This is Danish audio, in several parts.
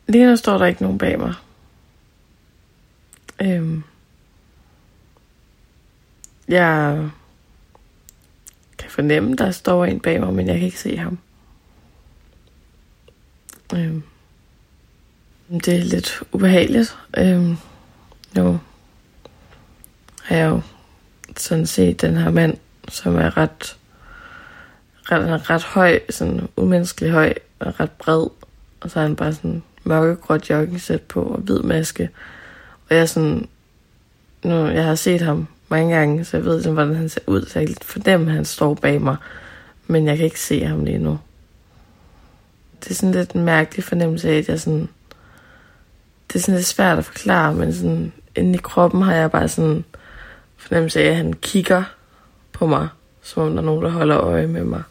Lige nu står der ikke nogen bag mig. Jeg kan fornemme, der står en bag mig, men jeg kan ikke se ham. Det er lidt ubehageligt. Nu har jeg jo sådan set den her mand, som er ret høj, sådan umenneskelig høj og ret bred. Og så har han bare sådan mørkegråt joggingsæt på og hvid maske. Og jeg har set ham mange gange, så jeg ved sådan, hvordan han ser ud. Så jeg kan fornemme, at han står bag mig. Men jeg kan ikke se ham lige nu. Det er sådan lidt en mærkelig fornemmelse af, at jeg sådan... Det er sådan lidt svært at forklare, men sådan inde i kroppen har jeg bare sådan fornemmelse af, at han kigger på mig, som om der er nogen, der holder øje med mig.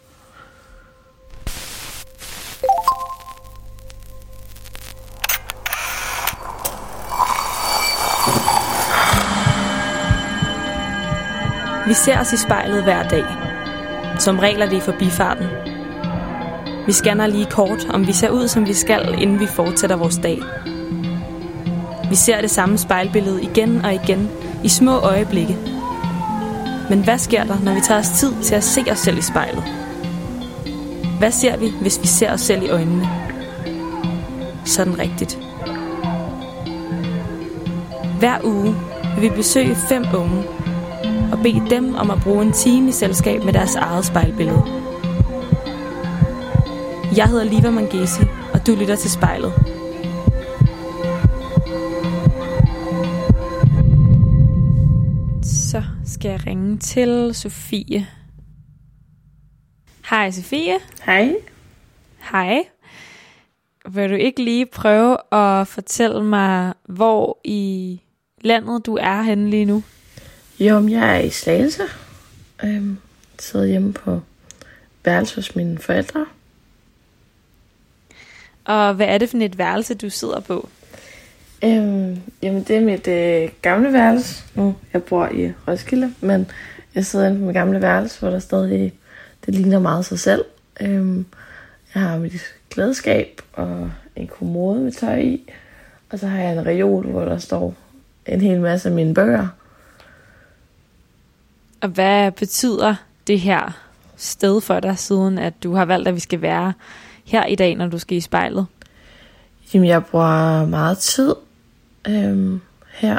Vi ser os i spejlet hver dag. Som regel er det i forbifarten. Vi scanner lige kort, om vi ser ud, som vi skal, inden vi fortsætter vores dag. Vi ser det samme spejlbillede igen og igen, i små øjeblikke. Men hvad sker der, når vi tager os tid til at se os selv i spejlet? Hvad ser vi, hvis vi ser os selv i øjnene? Sådan rigtigt. Hver uge vil vi besøge 5 unge og bede dem om at bruge en time i selskab med deres eget spejlbillede. Jeg hedder Liva Mangesi, og du lytter til Spejlet. Så skal jeg ringe til Sofie. Hej Sofie. Hej. Hej. Vil du ikke lige prøve at fortælle mig, hvor i landet du er henne lige nu? Jo, jeg er i Slagelse. Sidder hjemme på værelse hos mine forældre. Og hvad er det for et værelse, du sidder på? Jamen, det er mit gamle værelse. Nu, jeg bor i Roskilde, men jeg sidder inde på mit gamle værelse, hvor der stadig, det ligner meget sig selv. Jeg har mit klædeskab og en kommode med tøj i. Og så har jeg en reol, hvor der står en hel masse af mine bøger. Og hvad betyder det her sted for dig, siden at du har valgt, at vi skal være her i dag, når du skal i spejlet? Jamen, jeg bruger meget tid her.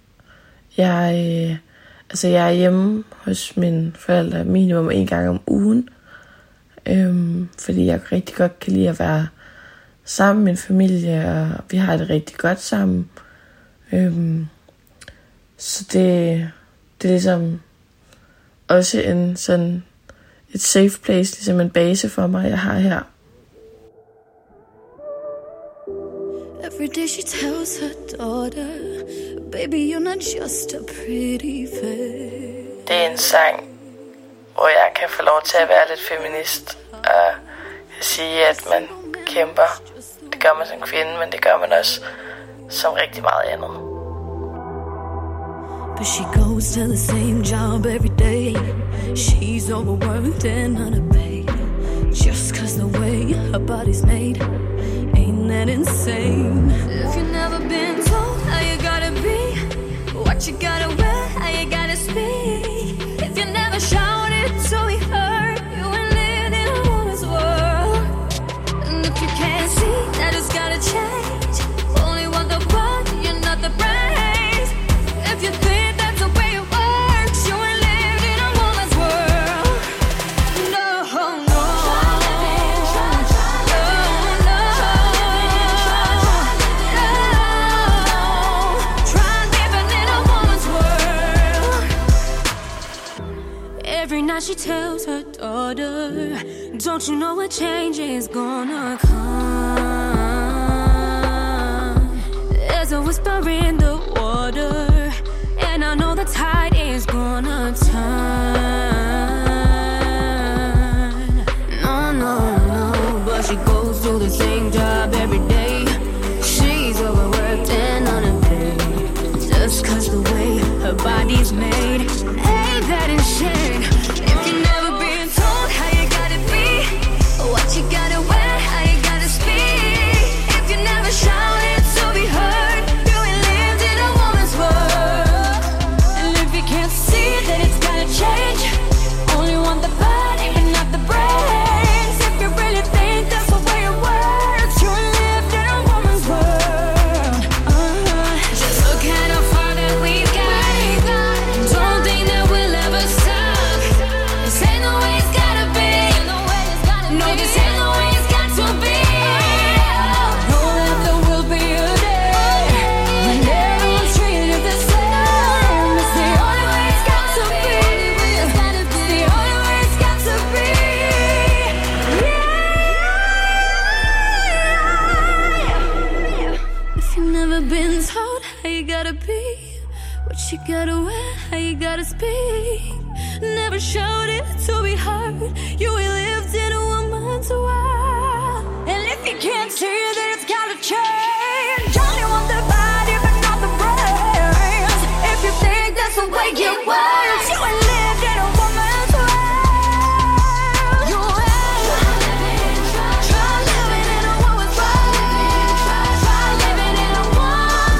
Jeg er hjemme hos mine forældre minimum 1 gang om ugen. Fordi jeg rigtig godt kan lide at være sammen med min familie, og vi har det rigtig godt sammen. Så det er ligesom også et safe place, ligesom en base for mig, jeg har her. Every day she tells her daughter, baby, you're not just a pretty face. Det er en sang, hvor jeg kan få lov til at være lidt feminist. Og jeg sige, at man kæmper. Det gør man som kvinde, men det gør man også som rigtig meget andet. But she goes to the same job every day. She's overworked and underpaid. Just 'cause the way her body's made. Ain't that insane? If you've never been told how you gotta be, what you gotta wear, how you gotta speak. If you never shouted till we heard, you ain't lived in a woman's world. And if you can't see that it's gotta change, only want the body, you're not the brains. If you think that's the way it works, you ain't lived in a woman's world. No, no. Every night she tells her daughter, don't you know a change is gonna come? There's a whisper in the water, and I know the tide is gonna turn. No, no, no, but she goes to the same job every day. She's overworked and underpaid. Just 'cause the way her body's made. Ain't that insane? If you never been told how you gotta be, what you gotta wear, how you gotta speak. If you never shine you gotta wear, you gotta speak. Never showed it to be heard. You lived in a woman's world. And if you can't see that it's gotta change, only want the body but not the brains. If you think that's the way it works, you ain't lived in a woman's world. You ain't try living in a woman's world. Try living in a woman's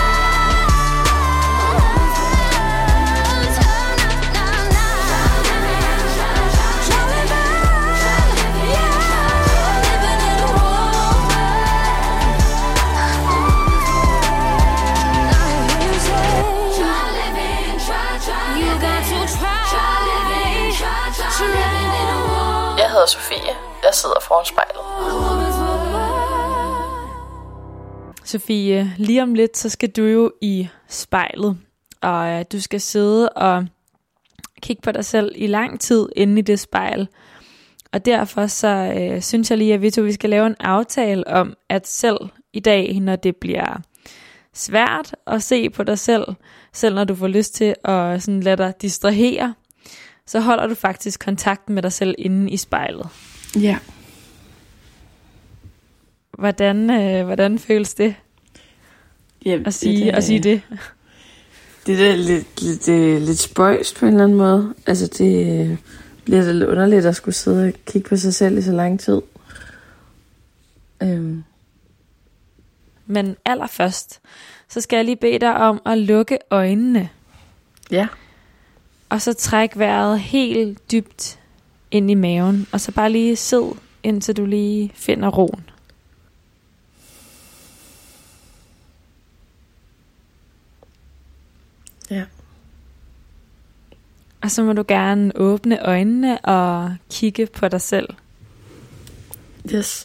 Jeg hedder Sofie. Jeg sidder foran spejlet. Sofie, lige om lidt, så skal du jo i spejlet, og du skal sidde og kigge på dig selv i lang tid inde i det spejl. Og derfor så synes jeg lige, at vi skal lave en aftale om, at selv i dag, når det bliver svært at se på dig selv, selv når du får lyst til at sådan lade dig distrahere, så holder du faktisk kontakt med dig selv inde i spejlet. Ja. Hvordan føles det? Jamen, at sige det? Det er lidt spøjst på en eller anden måde. Altså det bliver da lidt underligt at skulle sidde og kigge på sig selv i så lang tid. Men allerførst, så skal jeg lige bede dig om at lukke øjnene. Ja. Og så træk vejret helt dybt ind i maven. Og så bare lige sid, indtil du lige finder roen. Ja. Og så må du gerne åbne øjnene og kigge på dig selv. Yes.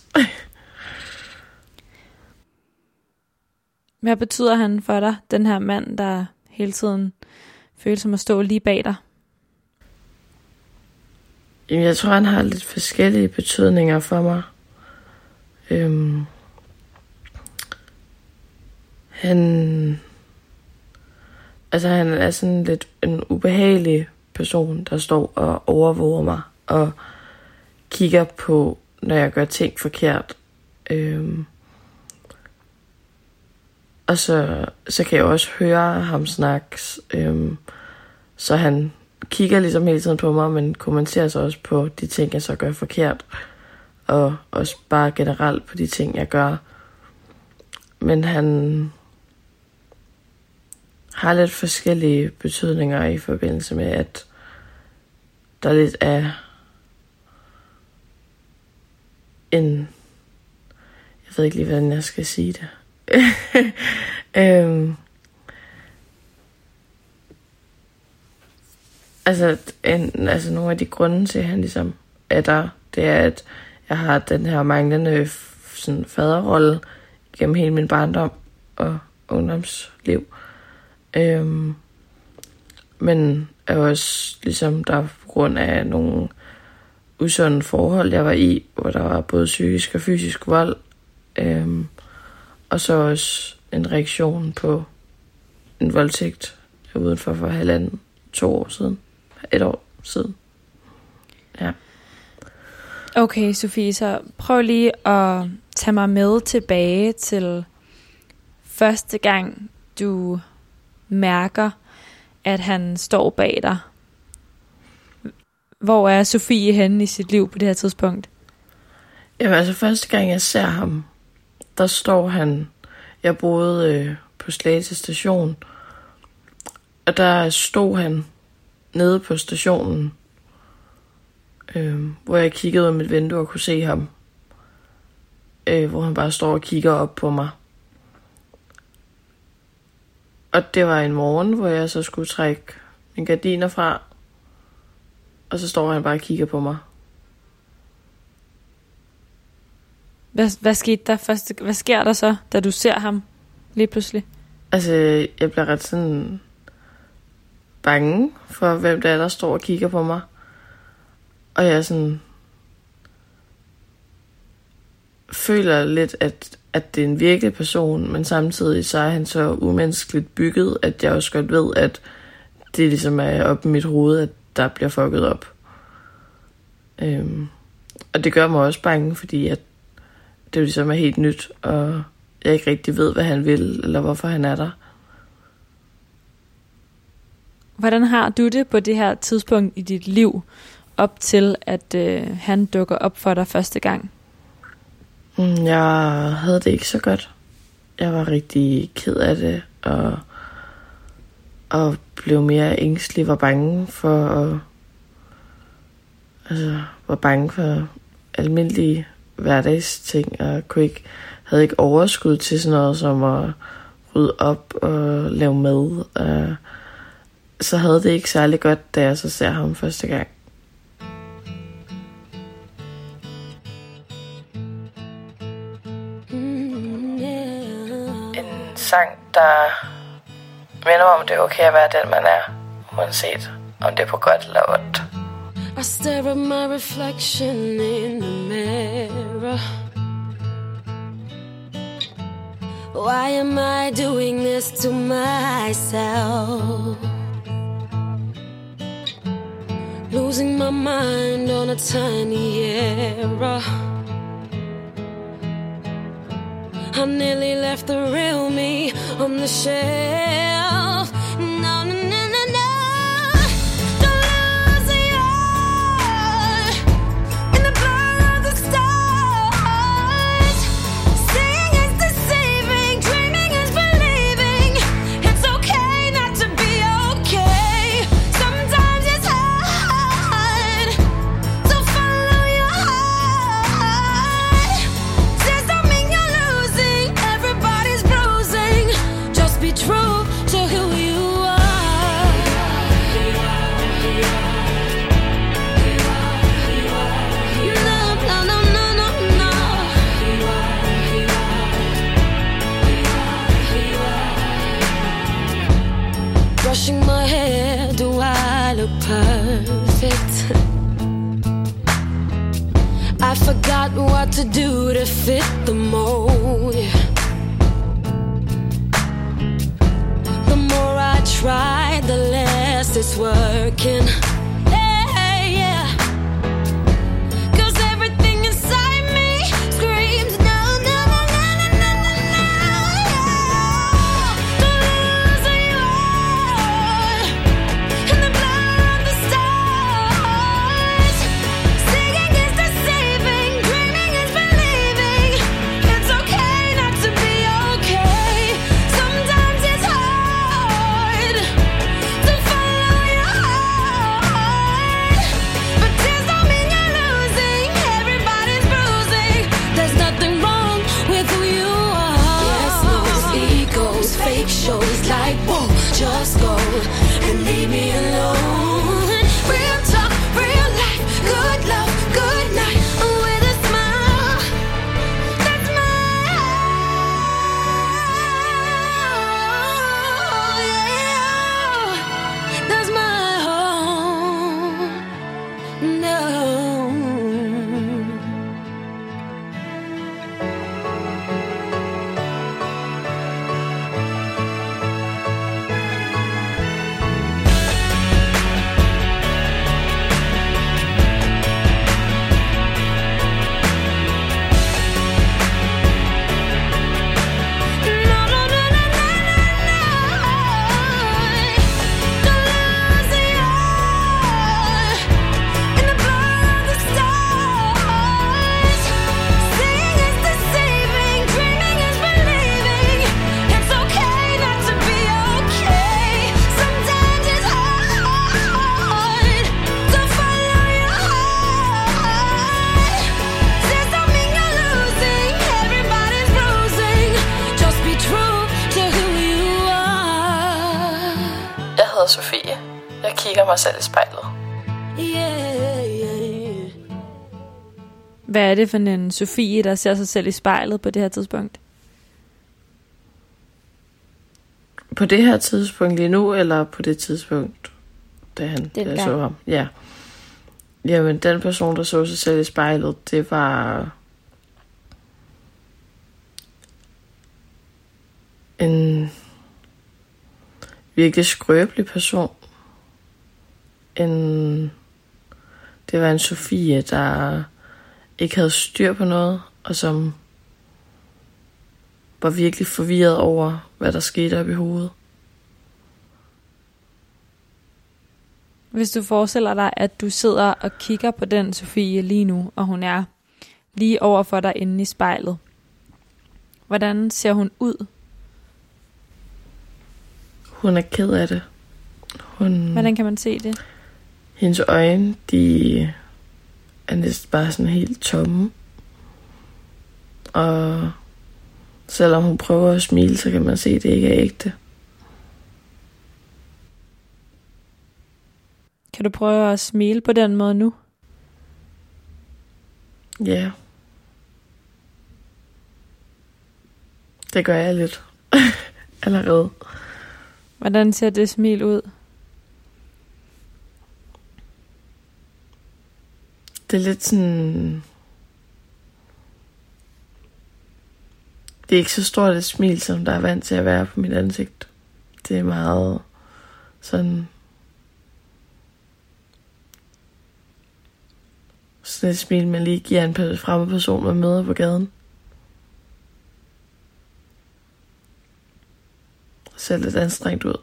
Hvad betyder han for dig, den her mand, der hele tiden føles som at stå lige bag dig? Jamen, jeg tror, han har lidt forskellige betydninger for mig. Han er sådan lidt en ubehagelig person, der står og overvåger mig og kigger på, når jeg gør ting forkert. Og så kan jeg også høre ham snakke, så han kigger ligesom hele tiden på mig, men kommenterer så også på de ting, jeg så gør forkert. Og også bare generelt på de ting, jeg gør. Men han har lidt forskellige betydninger i forbindelse med, at der lidt er en... Jeg ved ikke lige, hvordan jeg skal sige det. Nogle af de grunde til, at han ligesom er der, det er, at jeg har den her manglende sådan, faderrolle gennem hele min barndom og ungdomsliv. Men er også ligesom der på grund af nogle usunde forhold, jeg var i, hvor der var både psykisk og fysisk vold. Og så også en reaktion på en voldtægt udenfor for 1,5-2 år siden. 1 år siden. Ja. Okay, Sofie, så prøv lige at tage mig med tilbage til første gang, du mærker, at han står bag dig. Hvor er Sofie henne i sit liv på det her tidspunkt? Jamen altså, første gang jeg ser ham, der står han... Jeg boede på Slagelse station, og der stod han nede på stationen, hvor jeg kiggede ud af mit vindue og kunne se ham, hvor han bare står og kigger op på mig. Og det var en morgen, hvor jeg så skulle trække mine gardiner fra, og så står han bare og kigger på mig. Hvad skete der først? Hvad sker der så, da du ser ham lige pludselig? Altså, jeg bliver ret sådan bange for, hvem det er, der står og kigger på mig. Og jeg er sådan... føler lidt, at det er en virkelig person, men samtidig så er han så umenneskeligt bygget, at jeg også godt ved, at det ligesom er op i mit hoved, at der bliver fucket op. Og det gør mig også bange, fordi at det ligesom er helt nyt, og jeg ikke rigtig ved, hvad han vil, eller hvorfor han er der. Hvordan har du det på det her tidspunkt i dit liv, op til at han dukker op for dig første gang? Jeg havde det ikke så godt. Jeg var rigtig ked af det, og blev mere ængstelig, var bange for almindelige hverdagsting, og havde ikke overskud til sådan noget som at rydde op og lave mad. Så havde det ikke særlig godt, da jeg så ser ham første gang. En sang, der minder om, det er okay at være den, man er, uanset om det er på godt eller ondt. I stare at my reflection in the mirror. Why am I doing this to myself? Losing my mind on a tiny error. I nearly left the real me on the shelf. No, no, no, no, no. Don't lose your eye in the blur of the stars. Seeing is deceiving, dreaming is believing. It's okay not to be okay. Sometimes it's hard to follow your heart. Says don't mean you're losing, everybody's bruising. Just be true to who you are. No, no, no, no, no, no. Brushing my hair, do I look perfect? I forgot what to do to fit the mold. The more I try, the less it's working. Hey, yeah. 'Cause everything inside me screams no, no, no, no, no, no, no, no. Don't lose who you are in the blur of the stars. Seeing is deceiving, dreaming is believing. It's okay not to be okay. Sometimes it's hard to follow your heart. But tears don't mean you're losing, everybody's bruising. There's nothing wrong with who you are. Yes, no egos, fake shows like whoa, just go and leave me alone. Real talk, real life, good love, good night, with a smile. That's my yeah. That's my home. No. Sofie. Jeg kigger mig selv i spejlet. Hvad er det for en Sofie, der ser sig selv i spejlet på det her tidspunkt? På det her tidspunkt lige nu, eller på det tidspunkt, da jeg så ham? Ja. Jamen, den person, der så sig selv i spejlet, det var virkelig skrøbelig person. Det var en Sofie, der ikke havde styr på noget, og som var virkelig forvirret over, hvad der skete op i hovedet. Hvis du forestiller dig, at du sidder og kigger på den Sofie lige nu, og hun er lige over for dig inde i spejlet. Hvordan ser hun ud? Hun er ked af det. Hvordan kan man se det? Hendes øjne, de er næsten bare sådan helt tomme. Og selvom hun prøver at smile, så kan man se, at det ikke er ægte. Kan du prøve at smile på den måde nu? Ja. Det gør jeg lidt. Allerede. Hvordan ser det smil ud? Det er lidt sådan... Det er ikke så stort et smil, som der er vant til at være på mit ansigt. Det er meget sådan... Sådan et smil, man lige giver en fremmed person, man møder på gaden. Ser lidt anstrengt ud.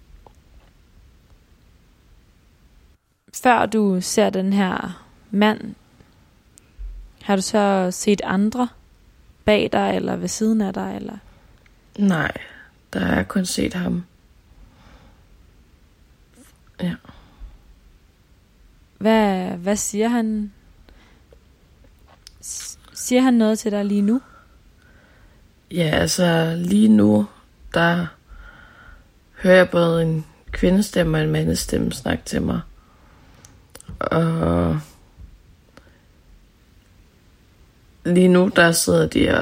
Før du ser den her mand, har du så set andre bag dig, eller ved siden af dig, eller? Nej, der har jeg kun set ham. Ja. Hvad siger han? Siger han noget til dig lige nu? Ja, altså lige nu, der hører jeg både en kvindestemme og en mandestemme snakke til mig. Og lige nu, der sidder de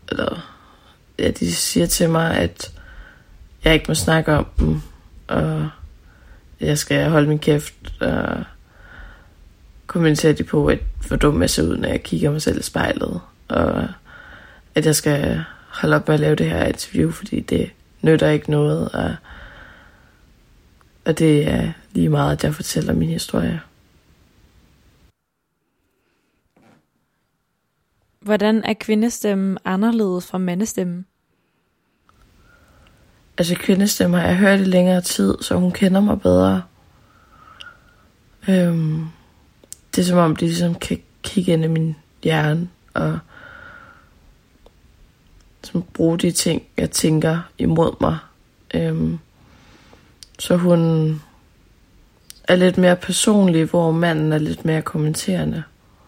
de siger til mig, at jeg ikke må snakke om dem, og jeg skal holde min kæft, og kommenterer de på, hvor dum jeg ser ud, når jeg kigger mig selv i spejlet, og at jeg skal holde op med at lave det her interview, fordi det nytter ikke noget, og det er lige meget, at jeg fortæller min historie. Hvordan er kvindestemmen anderledes fra mandestemmen? Altså kvindestemmer, jeg har hørt i længere tid, så hun kender mig bedre. Det er som om, de ligesom kan kigge ind i min hjerne, og som bruge de ting, jeg tænker imod mig. Så hun er lidt mere personlig, hvor manden er lidt mere kommenterende.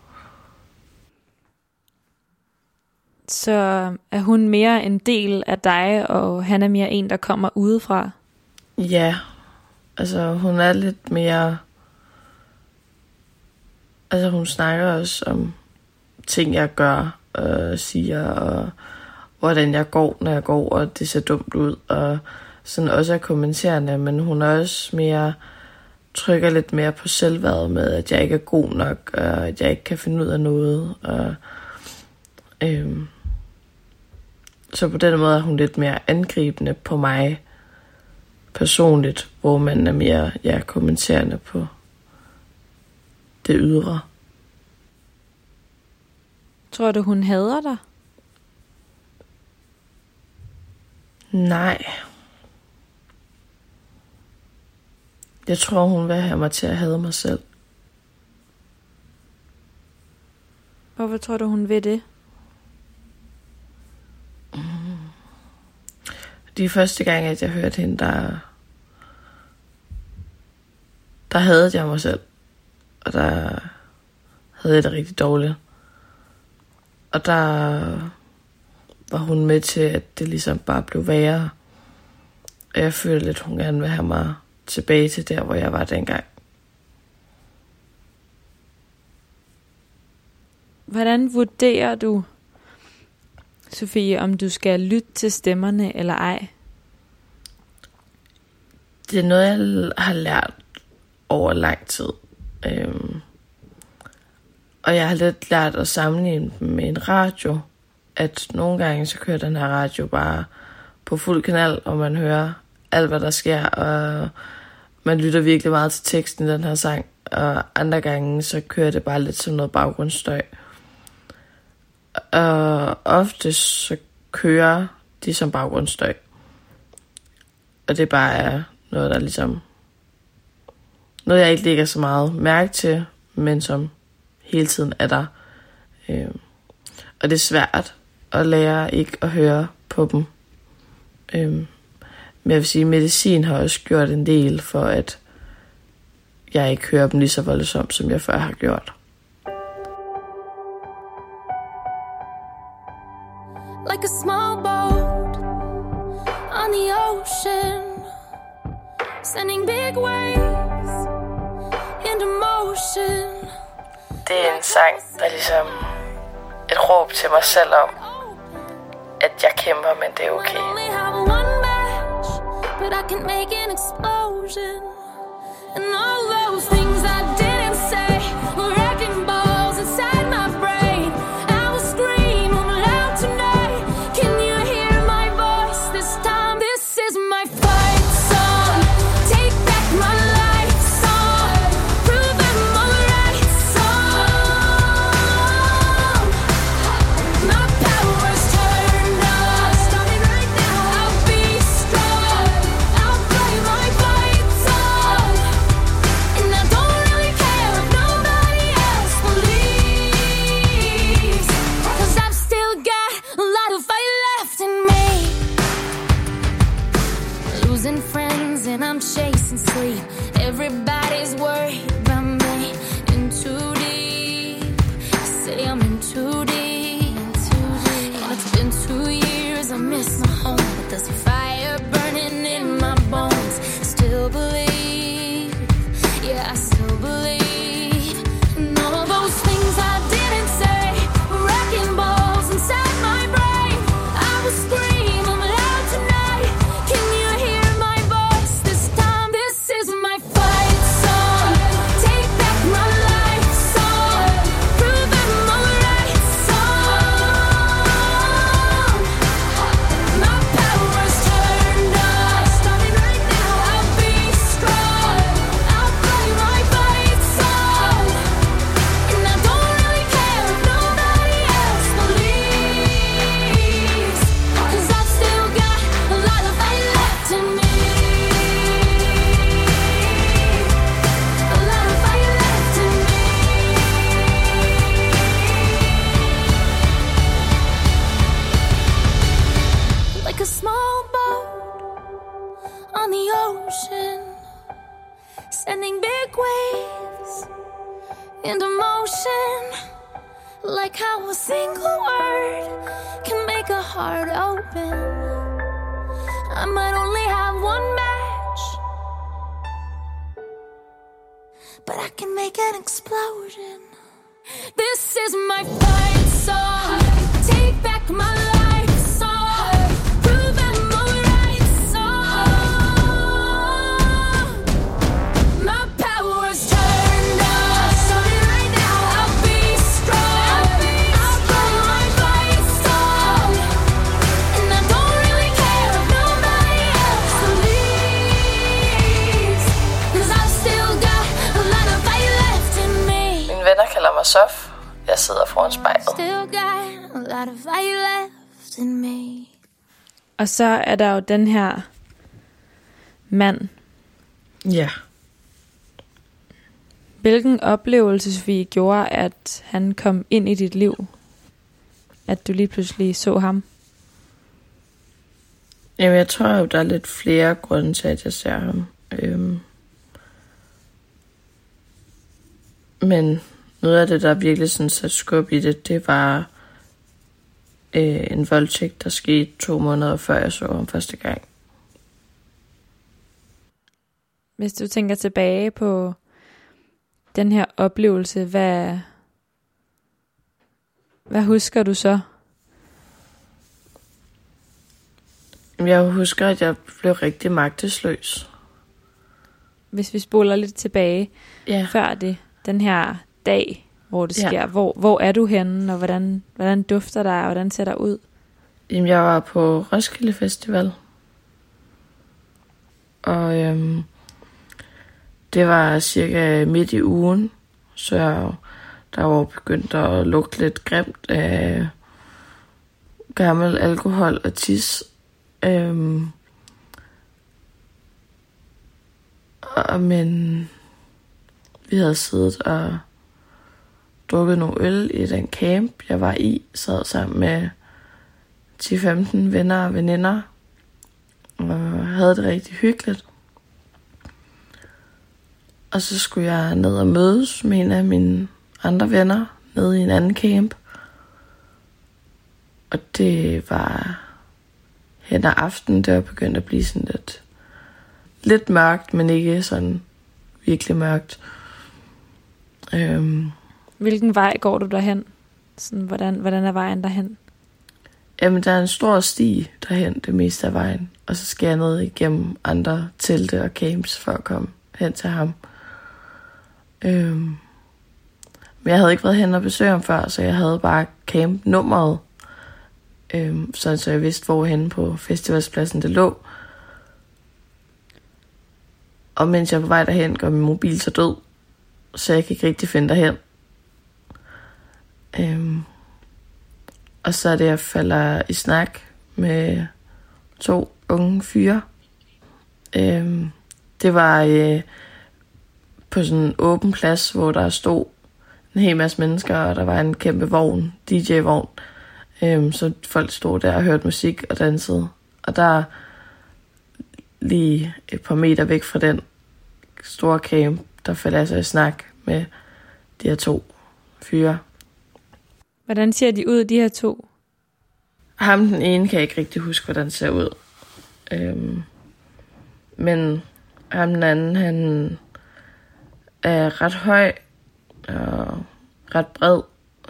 Så er hun mere en del af dig, og han er mere en, der kommer udefra? Ja, altså hun er lidt mere... Altså hun snakker også om ting, jeg gør og siger, og hvordan jeg går, når jeg går, og det ser dumt ud, og sådan også er kommenterende, men hun er også mere... trykker lidt mere på selvværdet med, at jeg ikke er god nok, og at jeg ikke kan finde ud af noget, og... Så på den måde er hun lidt mere angribende på mig personligt, hvor man er mere kommenterende på det ydre. Tror du, hun hader dig? Nej. Jeg tror, hun vil have mig til at hade mig selv. Hvorfor tror du, hun vil det? De første gang, at jeg hørte hende, der hadede jeg mig selv. Og der havde jeg det rigtig dårligt. Og der var hun med til, at det ligesom bare blev værre. Og jeg følte lidt, at hun gerne vil have mig tilbage til der, hvor jeg var dengang. Hvordan vurderer du, Sofie, om du skal lytte til stemmerne eller ej? Det er noget, jeg har lært over lang tid. Og jeg har lidt lært at sammenligne dem med en radio. At nogle gange så kører den her radio bare på fuld kanal, og man hører alt, hvad der sker, og man lytter virkelig meget til teksten i den her sang, og andre gange, så kører det bare lidt som noget baggrundsstøj. Og ofte så kører de som baggrundsstøj. Og det bare er noget, der ligesom... noget, jeg ikke lægger så meget mærke til, men som hele tiden er der. Og det er svært at lære ikke at høre på dem. Men jeg vil sige, at medicin har også gjort en del for, at jeg ikke hører dem lige så voldsomt, som jeg før har gjort. Like a small boat on the ocean, sending big waves into motion. Det er en sang, der er ligesom et råb til mig selv om, at jeg kæmper, men det er okay. But I can make an explosion. And all those things I didn't say were wrecking balls inside my brain. I will scream loud tonight. Can you hear my voice this time? This is my fight song. Take back my life song. Prove I'm alright song. My power's turned on. Starting right now. I'll be strong. I'll play my fight song. And I don't really care if nobody else believes. 'Cause I've still got a lot of fight left in me. Losing friends and I'm chasing sleep. Everybody's worried about me. In too deep. Say I'm in too deep. And it's been 2 years, I miss my home. But there's a fire burning in my bones. Still believe, yeah, I still believe. And all those things I didn't say were wrecking balls inside my brain. I will scream loud tonight. Can you hear my voice this time? This is my fight song. Take back my life song. Prove I'm alright song. My power's turned on. Starting right now. I'll be strong. I'll play my fight song. And I don't really care if nobody else believes. 'Cause I've still got a lot of fight left in me. A lot of fight left in me. Like a small boat on the ocean, sending big waves into motion. Like how a single word can make a heart open. I might only have one match, but I can make an explosion. This is my fight song. Take back my life song. Prove I'm alright song. My power's turned on. Starting right now. I'll be strong. I'll play my fight song. And I don't really care if nobody else believes. 'Cause I've still got a lot of fight left in me. Mine venner kalder mig Sof. Jeg sidder foran spejlet. Still got a lot of fight left in me. Og så er der jo den her mand. Ja. Hvilken oplevelse, Sofie, gjorde, at han kom ind i dit liv? At du lige pludselig så ham? Jamen, jeg tror jo, der er lidt flere grunde til, at jeg ser ham. Men noget af det, der virkelig sådan satte skub i det, det var en voldtægt, der skete 2 måneder før jeg så ham første gang. Hvis du tænker tilbage på den her oplevelse, hvad husker du så? Jeg husker, at jeg blev rigtig magtesløs. Hvis vi spoler lidt tilbage, Ja. før det, den her dag, hvor det sker, hvor er du henne, og hvordan dufter der, og hvordan ser der ud? Jamen, jeg var på Roskilde Festival. Og det var cirka midt i ugen, så der var begyndt at lugte lidt grimt af gammel alkohol og tis. Men vi havde siddet og drukket nogle øl i den camp, jeg var i. Sad sammen med 10-15 venner og veninder. Og havde det rigtig hyggeligt. Og så skulle jeg ned og mødes med en af mine andre venner nede i en anden camp. Og det var hen ad aftenen, det var begyndt at blive sådan lidt mørkt, men ikke sådan virkelig mørkt. Hvilken vej går du derhen? Sådan, hvordan er vejen derhen? Jamen, der er en stor sti derhen, det meste af vejen. Og så skal jeg ned igennem andre telte og camps for at komme hen til ham. Men jeg havde ikke været hen og besøge ham før, så jeg havde bare campnummeret. Så jeg vidste, hvor henne på festivalspladsen det lå. Og mens jeg var på vej derhen, går min mobil så død, så jeg kan ikke rigtig finde derhen. Og så er det, jeg falder i snak med 2 unge fyre. Det var på sådan en åben plads, hvor der stod en hel masse mennesker, og der var en kæmpe vogn, DJ-vogn. Så folk stod der og hørte musik og dansede. Og der lige et par meter væk fra den store camp, der faldt jeg så i snak med de her 2 fyre. Hvordan ser de ud, de her 2? Ham, den ene, kan jeg ikke rigtig huske, hvordan ser ud. Men ham, den anden, han er ret høj og ret bred.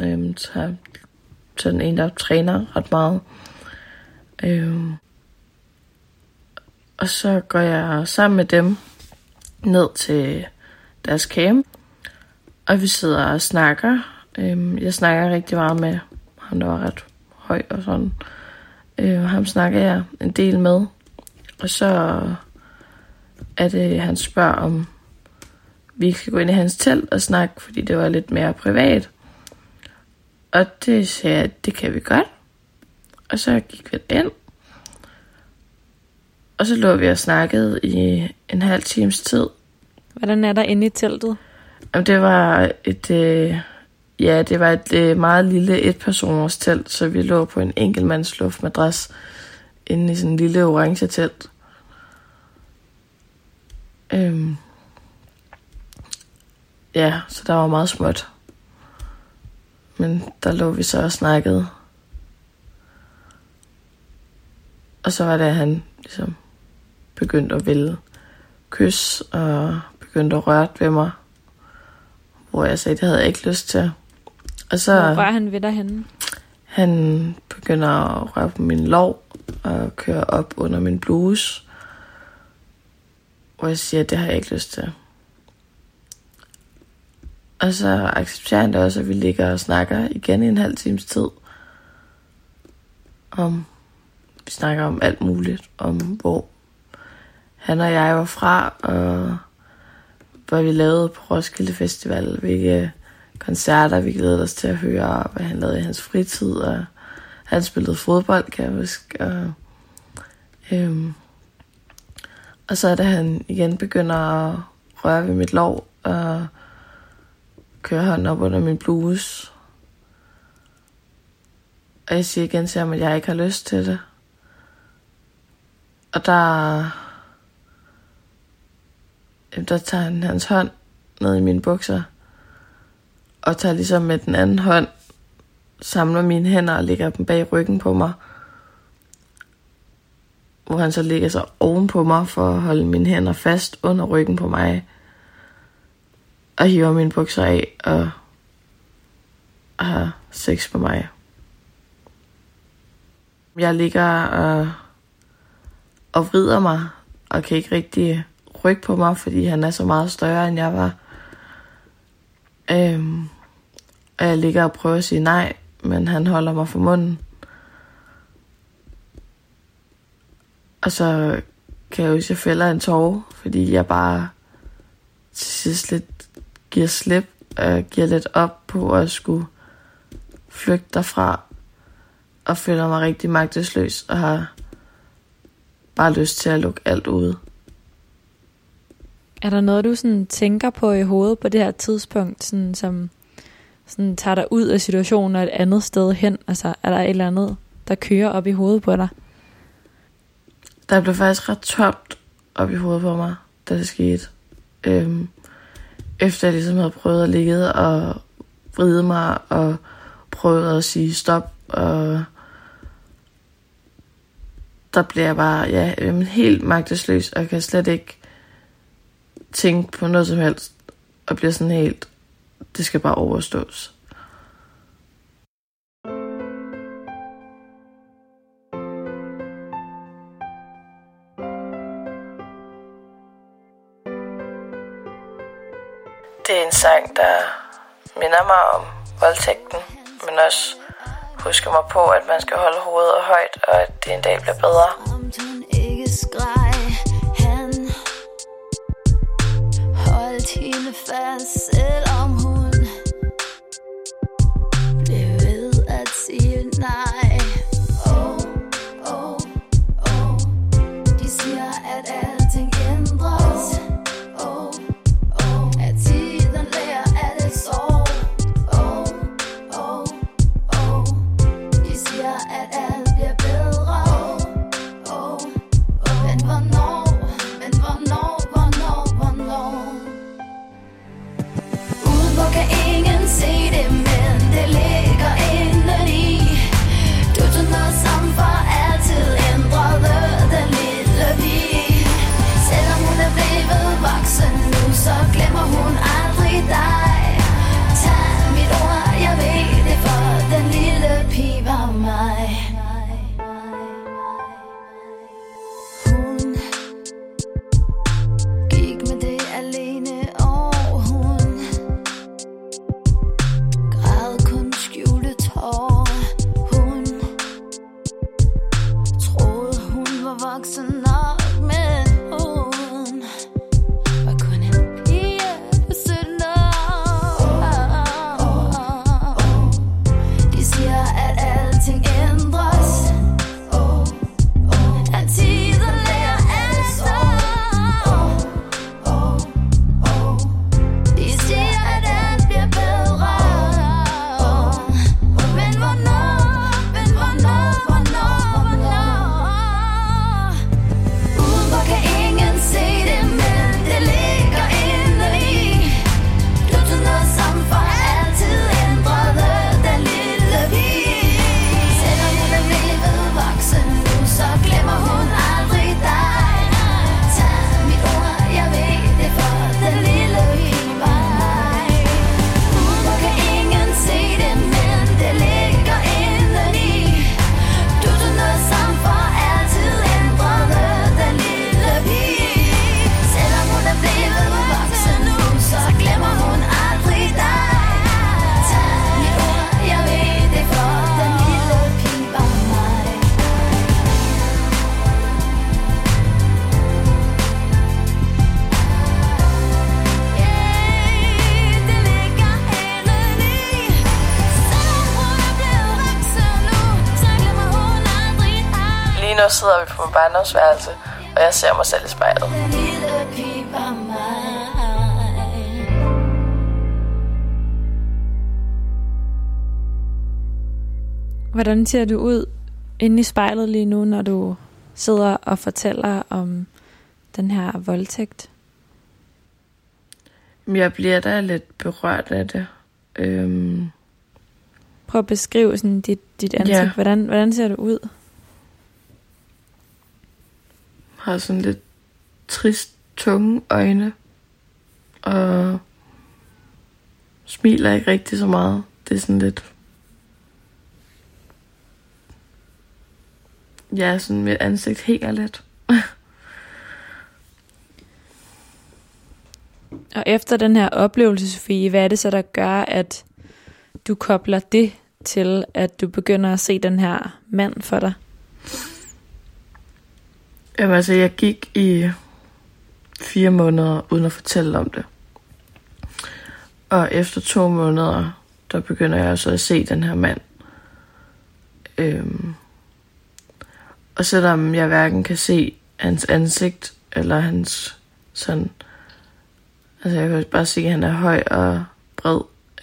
Så den ene, der træner ret meget. Og så går jeg sammen med dem ned til deres camp. Og vi sidder og snakker. Jeg snakker rigtig meget med ham, der var ret høj og sådan. Ham snakker jeg en del med. Og så er det, han spørger, om vi kan gå ind i hans telt og snakke, fordi det var lidt mere privat. Og det sagde jeg, det kan vi godt. Og så gik vi ind. Og så lå vi og snakkede i en halv times tid. Hvordan er der inde i teltet? Jamen, det var et meget lille etpersoners telt, så vi lå på en enkeltmands luftmadras inde i sådan en lille orange telt. Ja, så der var meget småt. Men der lå vi så og snakkede. Og så var det, at han ligesom begyndte at ville kysse og begyndte at røre ved mig. Hvor jeg sagde, det havde jeg ikke lyst til. Og så, hvor rører han ved dig henne? Han begynder at røre på min lår og køre op under min bluse. Hvor jeg siger, det har jeg ikke lyst til. Og så accepterer han det også, at vi ligger og snakker igen i en halv times tid. Vi snakker om alt muligt. Om hvor han og jeg var fra, og hvad vi lavede på Roskilde Festival. Hvilke koncerter vi glædede os til at høre, og hvad han lavede i hans fritid. Og han spillede fodbold, kan jeg huske. Og så er det, han igen begynder at røre ved mit lår og køre hånden op under min bluse. Og jeg siger igen til ham, at jeg ikke har lyst til det. Og der tager han hans hånd ned i mine bukser. Og tager ligesom med den anden hånd, samler mine hænder og lægger dem bag ryggen på mig. Hvor han så lægger sig oven på mig for at holde mine hænder fast under ryggen på mig. Og hiver mine bukser af og har sex på mig. Jeg ligger og vrider mig og kan ikke rigtig rykke på mig, fordi han er så meget større, end jeg var. Og jeg ligger og prøver at sige nej, men han holder mig for munden. Og så kan jeg huske, at jeg fælder en tåre, fordi jeg bare til sidst lidt giver slip, og giver lidt op på at skulle flygte derfra, og føler mig rigtig magtesløs, og har bare lyst til at lukke alt ude. Er der noget, du sådan tænker på i hovedet på det her tidspunkt, sådan, som sådan tager dig ud af situationen og et andet sted hen? Altså, er der et eller andet, der kører op i hovedet på dig? Der blev faktisk ret tomt op i hovedet på mig, da det skete. Efter jeg ligesom havde prøvet at ligge og vride mig, og prøvet at sige stop, og der bliver jeg bare helt magtesløs, og kan slet ikke tænke på noget som helst, og bliver sådan helt, det skal bare overstås. Det er en sang, der minder mig om voldtægten, men også husker mig på, at man skal holde hovedet højt, og at det en dag bliver bedre. Hun ikke skreg, han holdt hende fast, selvom hun blev ved at sige nej. De siger, at alting ændres, at tiden lærer alle sorg. De siger, at alt bliver bedre. Men hvornår? Udenpå kan ingen se det, men det ligger indeni. Du tog noget som for altid ændrede den lille pige. Selvom hun er blevet voksen nu, så glemmer hun aldrig dig. Tag mit ord, jeg ved det, for den lille pige var mig. Hun gik med det alene, og hun græd kun skjulte tårer. Hun troede, hun var voksen nok, men hun var kun en pige på 17 år. De siger, at alting ændres, at tiden lærer alle sorg. De siger, at alt bliver bedre. Men hvornår? Udenpå kan ingen se det, men det ligger indeni. Du tog noget som for altid ændrede den lille pige. Selvom hun er blevet voksen nu, så glemmer hun aldrig dig. Tag mit ord, jeg ved det, for den lille pige var mig. Udenpå kan ingen se det, men det ligger indeni. Du tog noget som for altid ændrede den lille pige. Selvom hun er blevet voksen nu, så glemmer hun aldrig dig. Tag mit ord, jeg ved det, for den lille pige var mig. Det ligger indeni. Selvom hun er blevet voksen nu, så glemmer hun aldrig dig. Lige nu sidder vi på min barndomsværelse, og jeg ser mig selv i spejlet. Den lille pige var mig. Hvordan ser du ud inde i spejlet lige nu, når du sidder og fortæller om den her voldtægt? Jeg bliver da lidt berørt af det. Prøv at beskrive sådan dit ansigt. Ja. Hvordan ser du ud? Har sådan lidt trist, tunge øjne, og smiler ikke rigtig så meget. Det er sådan lidt... Ja, sådan mit ansigt hænger lidt. Og efter den her oplevelse, Sofie, hvad er det så, der gør, at du kobler det til, at du begynder at se den her mand for dig? Jamen altså, jeg gik i 4 måneder uden at fortælle om det. Og efter 2 måneder, der begynder jeg så at se den her mand. Og selvom jeg hverken kan se hans ansigt, eller hans sådan... Altså jeg kan bare se, at han er høj og bred.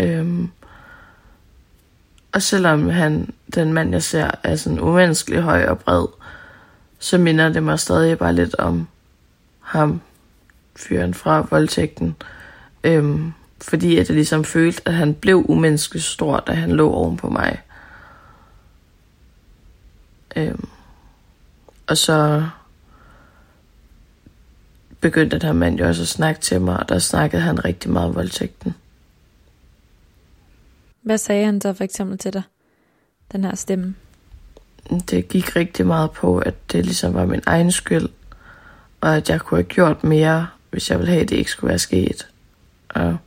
Og selvom den mand, jeg ser, er sådan umenneskelig høj og bred, så minder det mig stadig bare lidt om ham, fyren fra voldtægten. Fordi at jeg ligesom følte, at han blev umenneskeligt stor, da han lå oven på mig. Og så begyndte den her mand jo også at snakke til mig, og der snakkede han rigtig meget om voldtægten. Hvad sagde han så for eksempel til dig, den her stemme? Det gik rigtig meget på, at det ligesom var min egen skyld, og at jeg kunne have gjort mere, hvis jeg ville have, at det ikke skulle være sket. Og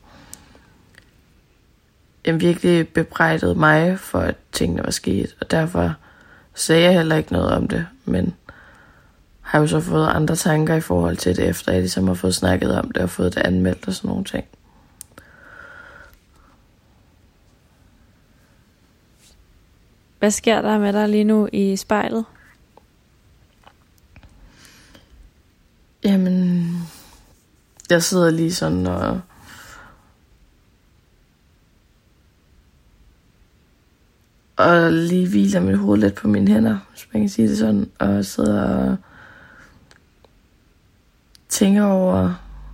jeg virkelig bebrejdede mig for, at tingene var sket, og derfor sagde jeg heller ikke noget om det, men har jo så fået andre tanker i forhold til det, efter jeg ligesom har fået snakket om det og fået det anmeldt og sådan nogle ting. Hvad sker der med dig lige nu i spejlet? Jamen, jeg sidder lige sådan og lige hviler mit hoved lidt på mine hænder, hvis man kan sige det sådan, og sidder og tænker over,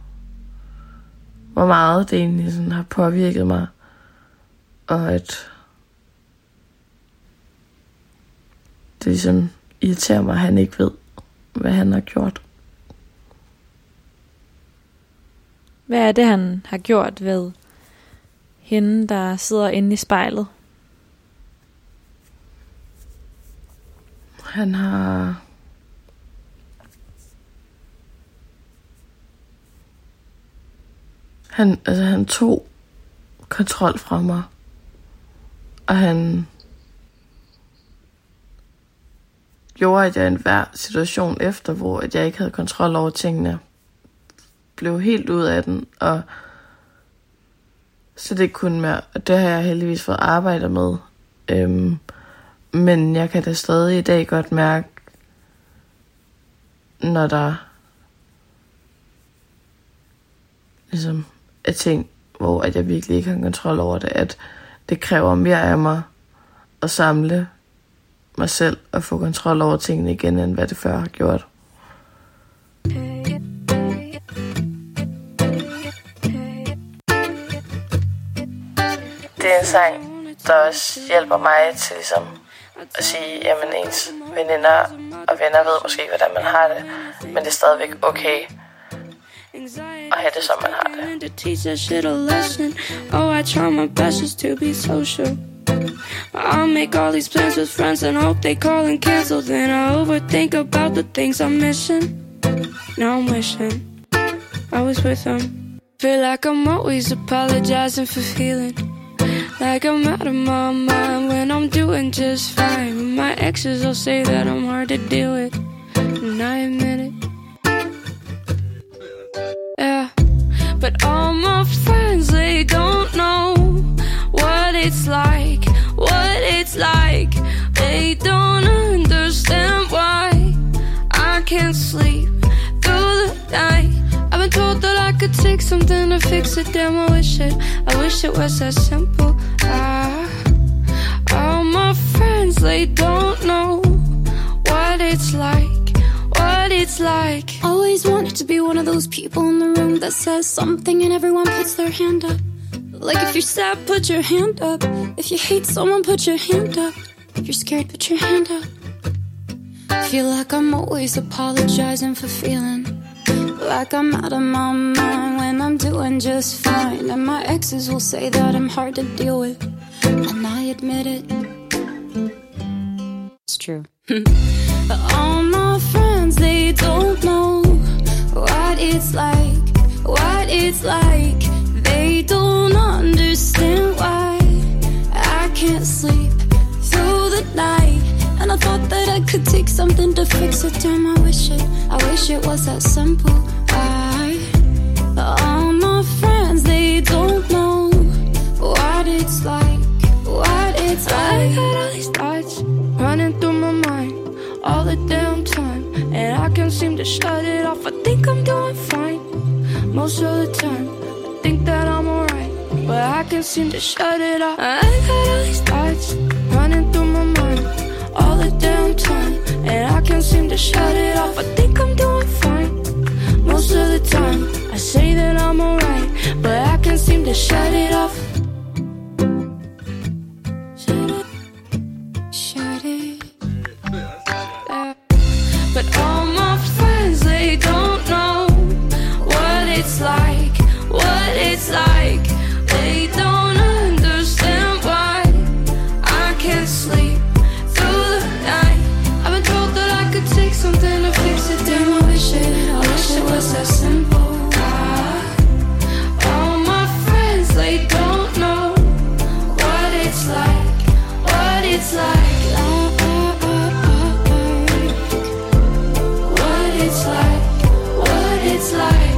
hvor meget det egentlig sådan har påvirket mig, og at det ligesom irriterer mig, at han ikke ved, hvad han har gjort. Hvad er det, han har gjort ved hende, der sidder inde i spejlet? Han tog kontrol fra mig, og han gjorde, at jeg i enhver situation efter, hvor at jeg ikke havde kontrol over tingene, blev helt ud af den, og så det kunne mere, og det har jeg heldigvis fået arbejdet med. Men jeg kan da stadig i dag godt mærke, når der ligesom er ting, hvor at jeg virkelig ikke har kontrol over det, at det kræver mere af mig at samle mig selv og få kontrol over tingene igen, end hvad det før har gjort. Det er en sang, der også hjælper mig til ligesom at sige, jamen ens veninder og venner ved måske ikke, hvordan man har det, men det er stadigvæk okay at have det, som man har det. Oh, I try my best just to be social. I'll make all these plans with friends and hope they call and cancel. Then I overthink about the things I'm missing. Now I'm wishing I was with them. Feel like I'm always apologizing for feeling like I'm out of my mind when I'm doing just fine. My exes will say that I'm hard to deal with, and I admit it. Yeah, but all my friends, they don't know what it's like, what it's like. They don't understand why I can't sleep through the night. I've been told that I could take something to fix it. Damn, I wish it was that simple. All my friends, they don't know what it's like, what it's like. Always wanted to be one of those people in the room that says something and everyone puts their hand up. Like if you're sad, put your hand up. If you hate someone, put your hand up. If you're scared, put your hand up. Feel like I'm always apologizing for feeling like I'm out of my mind when I'm doing just fine. And my exes will say that I'm hard to deal with, and I admit it. It's true. But all my friends, they don't know what it's like, what it's like. They don't understand why I can't sleep through the night. And I thought that I could take something to fix it. Damn, I wish it was that simple. All my friends, they don't know what it's like, what it's like. I got all these thoughts running through my mind all the damn time, and I can't seem to shut it off. I think I'm doing fine most of the time. I think that I'm alright, but I can't seem to shut it off. I got all these thoughts running through my mind all the damn time, and I can't seem to shut it off. I think I'm doing fine most of the time. I say that I'm alright, but I can't seem to shut it off. Shut it. But all my friends, they don't know what it's like, what it's like. They don't understand why I can't sleep through the night. I've been told that I could take something to fix it. Damn, I wish it was that simple. All my friends, they don't know what it's like, what it's like. What it's like, what it's like.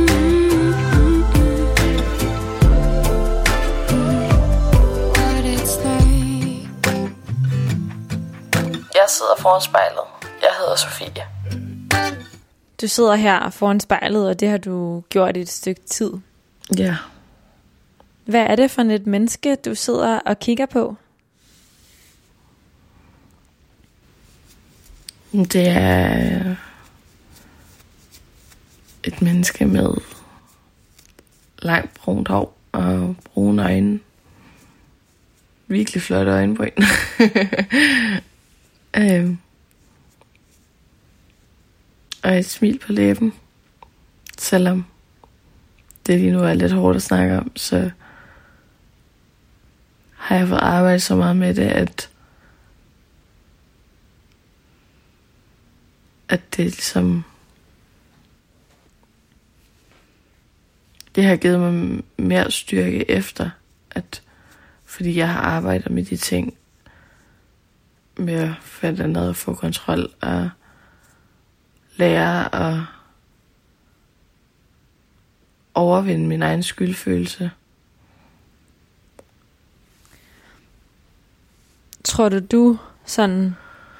What it's like. Jeg sidder foran spejlet. Jeg hedder Sofie. Du sidder her foran spejlet, og det har du gjort i et stykke tid. Ja. Hvad er det for et menneske, du sidder og kigger på? Det er et menneske med langt brunt hår og brune øjne. Virkelig flotte øjenbryn. Og et smil på læben. Selvom det lige nu er lidt hårdt at snakke om, så har jeg fået arbejdet så meget med det, at det ligesom, det har givet mig mere styrke efter, fordi jeg har arbejdet med de ting, med at falde ned og få kontrol og lære at overvinde min egen skyldfølelse. Tror du sådan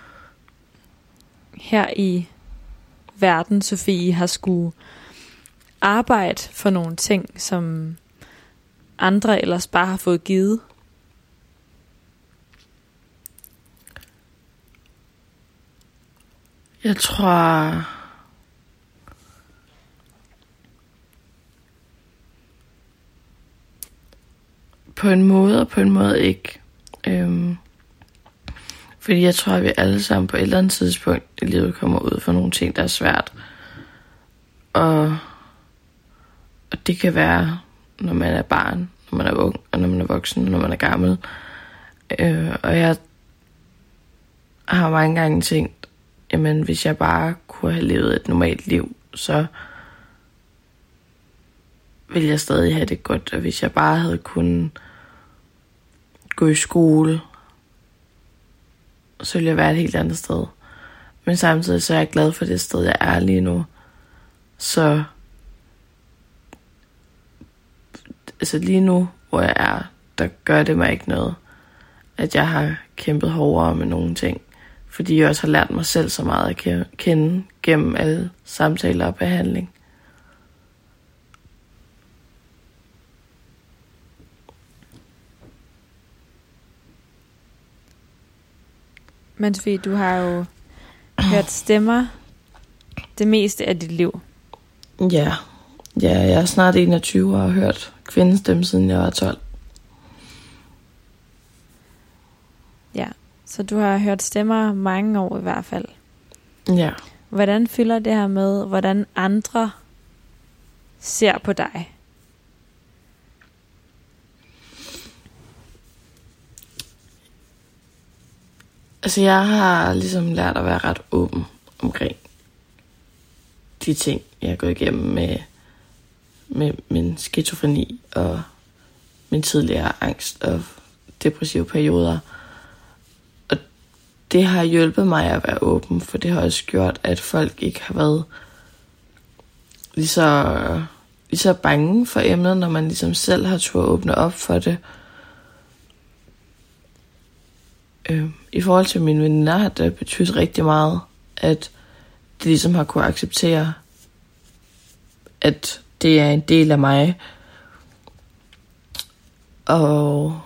her i verden, Sofie, har skulle arbejde for nogle ting, som andre ellers bare har fået givet? Jeg tror, på en måde og på en måde ikke. Fordi jeg tror, at vi alle sammen på et eller andet tidspunkt i livet kommer ud for nogle ting, der er svært. Og det kan være, når man er barn, når man er ung, og når man er voksen, når man er gammel. Og jeg har mange gange tænkt, jamen hvis jeg bare kunne have levet et normalt liv, så ville jeg stadig have det godt. Og hvis jeg bare havde kunnet gå i skole, så ville jeg være et helt andet sted. Men samtidig så er jeg glad for det sted, jeg er lige nu. Så altså lige nu, hvor jeg er, der gør det mig ikke noget, at jeg har kæmpet hårdere med nogle ting. Fordi jeg også har lært mig selv så meget at kende gennem alle samtaler og behandling. Men Sofie, du har jo hørt stemmer det meste af dit liv. Ja, jeg er snart 21 og har hørt kvindestemme siden jeg var 12. Ja, så du har hørt stemmer mange år i hvert fald. Ja. Hvordan fylder det her med, hvordan andre ser på dig? Altså jeg har ligesom lært at være ret åben omkring de ting, jeg har gået igennem med min skizofreni og min tidligere angst og depressive perioder. Og det har hjulpet mig at være åben, for det har også gjort, at folk ikke har været lige så bange for emnet, når man ligesom selv har turde åbne op for det. I forhold til mine veninder har det betydet rigtig meget, at de ligesom har kunne acceptere, at det er en del af mig. Og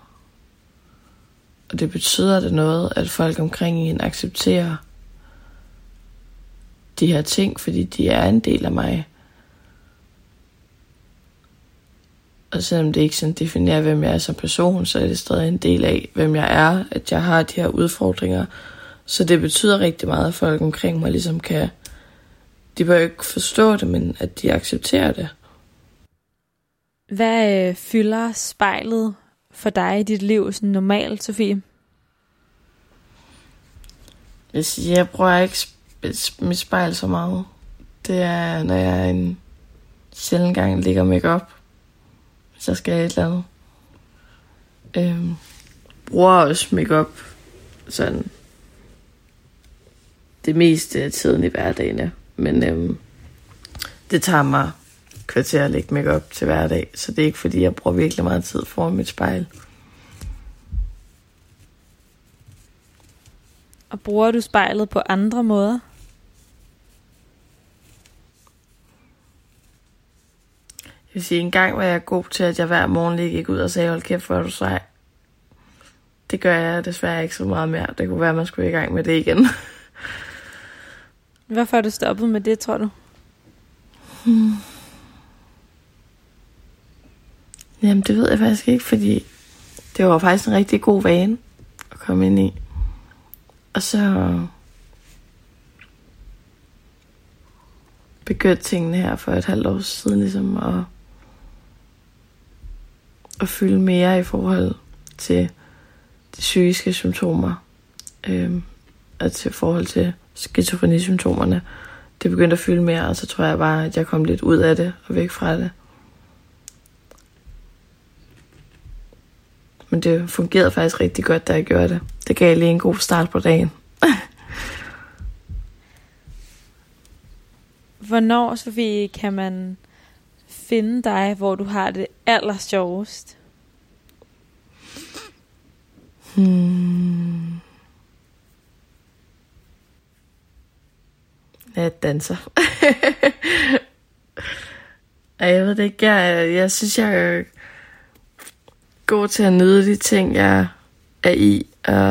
det betyder det noget, at folk omkring en accepterer de her ting, fordi de er en del af mig. Og selvom det ikke sådan definerer, hvem jeg er som person, så er det stadig en del af, hvem jeg er, at jeg har de her udfordringer. Så det betyder rigtig meget, at folk omkring mig ligesom kan, de bør ikke forstå det, men at de accepterer det. Hvad fylder spejlet for dig i dit liv sådan normalt, Sofie? Jeg bruger ikke mit spejl så meget. Det er, når jeg en sjældent gang lægger make-up, hvis jeg skal et eller andet. Bruger også make-up sådan det meste af tiden i hverdagen. Men det tager mig kvarter at lægge make-up til hverdag, så det er ikke fordi, jeg bruger virkelig meget tid foran mit spejl. Og bruger du spejlet på andre måder? Jeg vil sige, en gang var jeg god til, at jeg hver morgen lige gik ud og sagde, hold kæft, hvor er du sej. Det gør jeg desværre ikke så meget mere. Det kunne være, at man skulle i gang med det igen. Hvorfor har du stoppet med det, tror du? Jamen, det ved jeg faktisk ikke, fordi det var faktisk en rigtig god vane at komme ind i. Og så begyndte tingene her for et halvt år siden ligesom at fylde mere i forhold til de psykiske symptomer. Og til forhold til skizofreni-symptomerne. Det begyndte at fylde mere, og så tror jeg bare, at jeg kom lidt ud af det og væk fra det. Men det fungerede faktisk rigtig godt, da jeg gjorde det. Det gav lige en god start på dagen. Hvornår, Sofie, kan man finde dig, hvor du har det allersjovest? Jeg danser. Jeg ved det ikke. Jeg synes, jeg er god til at nyde de ting, jeg er i.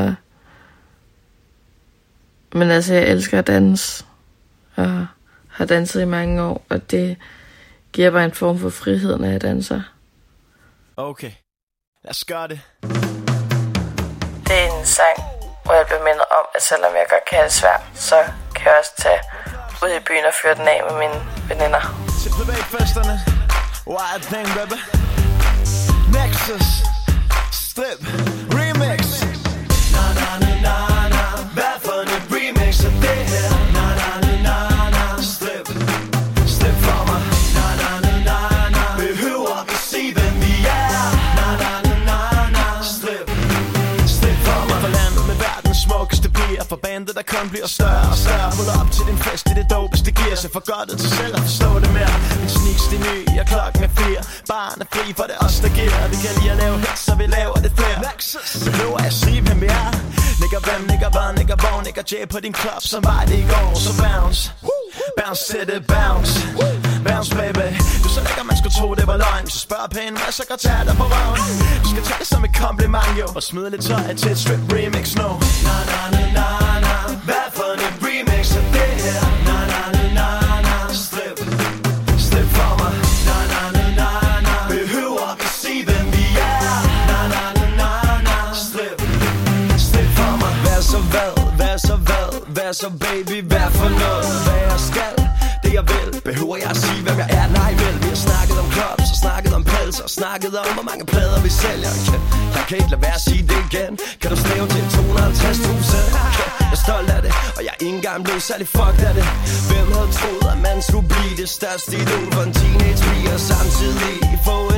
Men altså, jeg elsker at danse. Og har danset i mange år. Og det giver bare en form for frihed, når jeg danser. Okay, lad os gøre det. Det er en sang, hvor jeg bliver mindet om, at selvom jeg godt kan have det svært, så kan jeg også tage ud i byen og fyre den af med mine veninder. Til privatfesterne, Wild Thing, baby. Nexus, Strip, Remix. Na na na na na. Hvad for en remix af det her? Na na na na na. Strip, Strip for mig. Na na na na na. Behøver ikke se, hvem vi er. Na na na na na. Strip, Strip for mig. For landet med verdens smukkeste piger. For bandet, der kun bliver større og større. Pull op til din fest i det dopeste gear. Så for godt til selv at forstå det mere. Min sneaks, de nye, og klokken er 4. Barn er fri, for det er os, der giver. Vi kan lide at lave hits, så vi laver det flere. Behøver jeg sige, hvem vi er? Nigger hvem, nigger hvad, nigger hvor, nigger J på din klub, som var det i går. Så bounce, bounce til det, bounce, bounce baby. Du så lækker, man skulle tro, det var løgn. Så spørg pænt, hvad så kan tage dig på røven. Du skal tage det som et kompliment, jo. Og smide lidt tøj til et strip remix nu. Na na na na na. Hvad for en remix af det her? Na na na na na. Strip, strip for mig. Na na na na na. Behøver ikke se, hvem vi er. Na na na na na. Strip, strip for mig. Hvad så hvad? Hvad så hvad? Hvad så baby? Hvad for noget? Hvad jeg skal? Det jeg vil. Behøver jeg at sige, hvem jeg er? Nej vel. Vi har snakket om clubs og snakket om pelser. Snakket om, hvor mange plader vi sælger. Jeg kan ikke lade være at sige det igen. Kan du stave til 250.000? Jeg er stolt af det, og jeg er ikke engang blevet særlig fucked af det. Hvem havde troet, at man skulle blive det største idol for en teenage-pige og samtidig få en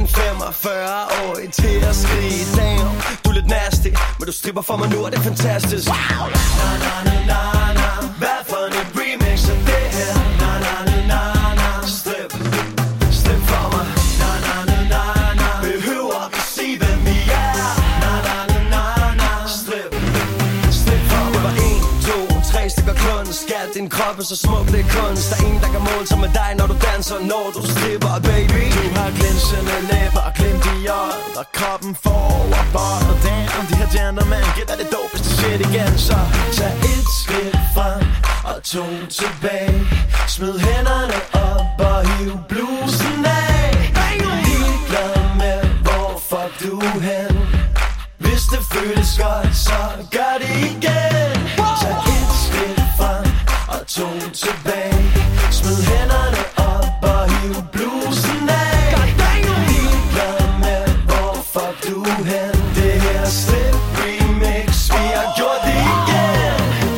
en 45-årig til at skrige damn. Du er lidt nasty, men du stripper for mig nu, og det er fantastisk. Wow! Na na na na na. Hvad for en remix er det her? Na na na na na. Slip for mig. Na na na na na. Behøver ikke sige, hvem vi er. Na na na na na. Slip for mig. Det var 1, 2, 3 stykker kunst. Skat, din krop er så smuk, det er kunst. Der er ingen, der kan måle sig med dig, når du danser, når du stripper, baby. Du har glinsende læber og glimt i øjet, og kroppen foroverbøjet. Og damn, de her gentlemen giver det dopeste shit igen. Så tag et skridt frem og 2 tilbage. Smid hænderne op og hiv blusen af. Ligeglad med hvor fuck du er hen. Hvis det føles godt, så gør det igen. Tag et skridt frem og 2 tilbage. Smid hænderne op og hiv blusen af. Ligeglad med hvor fuck du er hen. Det her Slip remix, vi har gjort det igen.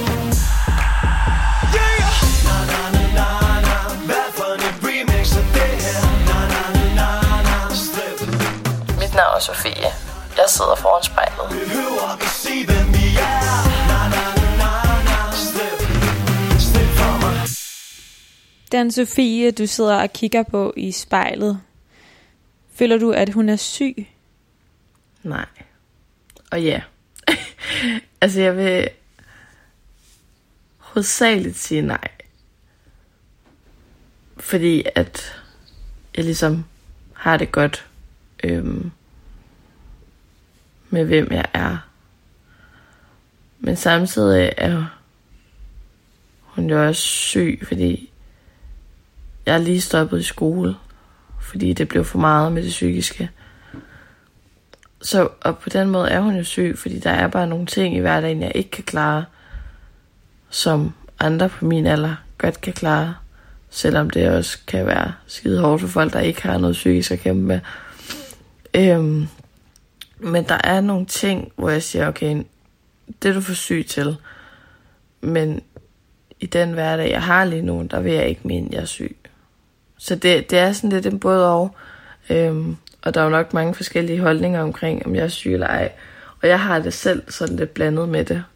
Na na na na na. Hvad for en remix er det her? Na na na na na. Slip. Mit navn er Sofie. Jeg sidder foran spejlet. Behøver ikke sige, hvem vi er. Na na na na na. Slip for mig. Den Sofie, du sidder og kigger på i spejlet, føler du, at hun er syg? Nej. Og ja. Altså, jeg vil hovedsageligt sige nej. Fordi at jeg ligesom har det godt med hvem jeg er. Men samtidig er hun jo også syg, fordi jeg er lige stoppet i skole, fordi det blev for meget med det psykiske. Så og på den måde er hun jo syg, fordi der er bare nogle ting i hverdagen, jeg ikke kan klare, som andre på min alder godt kan klare, selvom det også kan være skide hårdt for folk, der ikke har noget psykisk at kæmpe med. Men der er nogle ting, hvor jeg siger, okay, det er du for syg til, men i den hverdag, jeg har lige nu, der vil jeg ikke mene, jeg er syg. Så det er sådan lidt en både og. Og der er jo nok mange forskellige holdninger omkring, om jeg er syg eller ej. Og jeg har det selv sådan lidt blandet med det.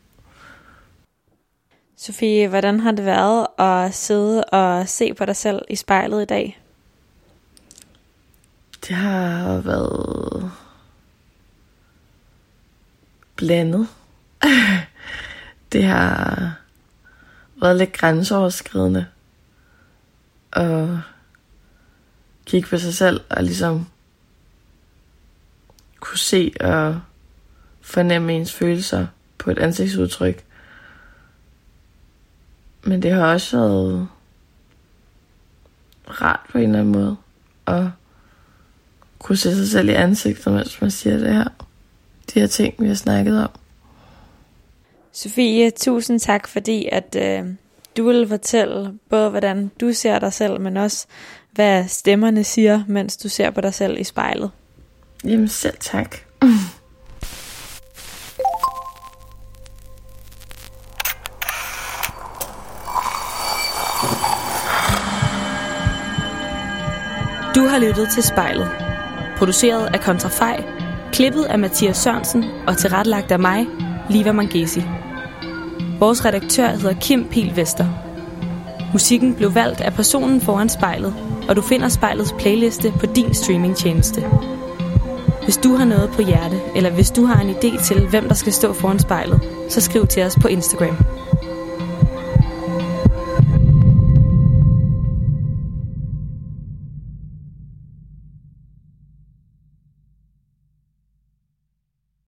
Sofie, hvordan har det været at sidde og se på dig selv i spejlet i dag? Det har været blandet. Det har været lidt grænseoverskridende at kigge på sig selv og ligesom kunne se og fornemme ens følelser på et ansigtsudtryk. Men det har også været rart på en eller anden måde at kunne se sig selv i ansigtet, mens man siger det her. De her ting, vi har snakket om. Sofie, tusind tak, fordi at du ville fortælle både, hvordan du ser dig selv, men også, hvad stemmerne siger, mens du ser på dig selv i spejlet. Jamen selv tak. Du har lyttet til Spejlet. Produceret af Kontrafej, klippet af Mathias Sørensen og tilrettelagt af mig, Liva Mangesi. Vores redaktør hedder Kim Pihl Vester. Musikken blev valgt af personen foran spejlet, og du finder spejlets playliste på din streamingtjeneste. Hvis du har noget på hjerte, eller hvis du har en idé til, hvem der skal stå foran spejlet, så skriv til os på Instagram.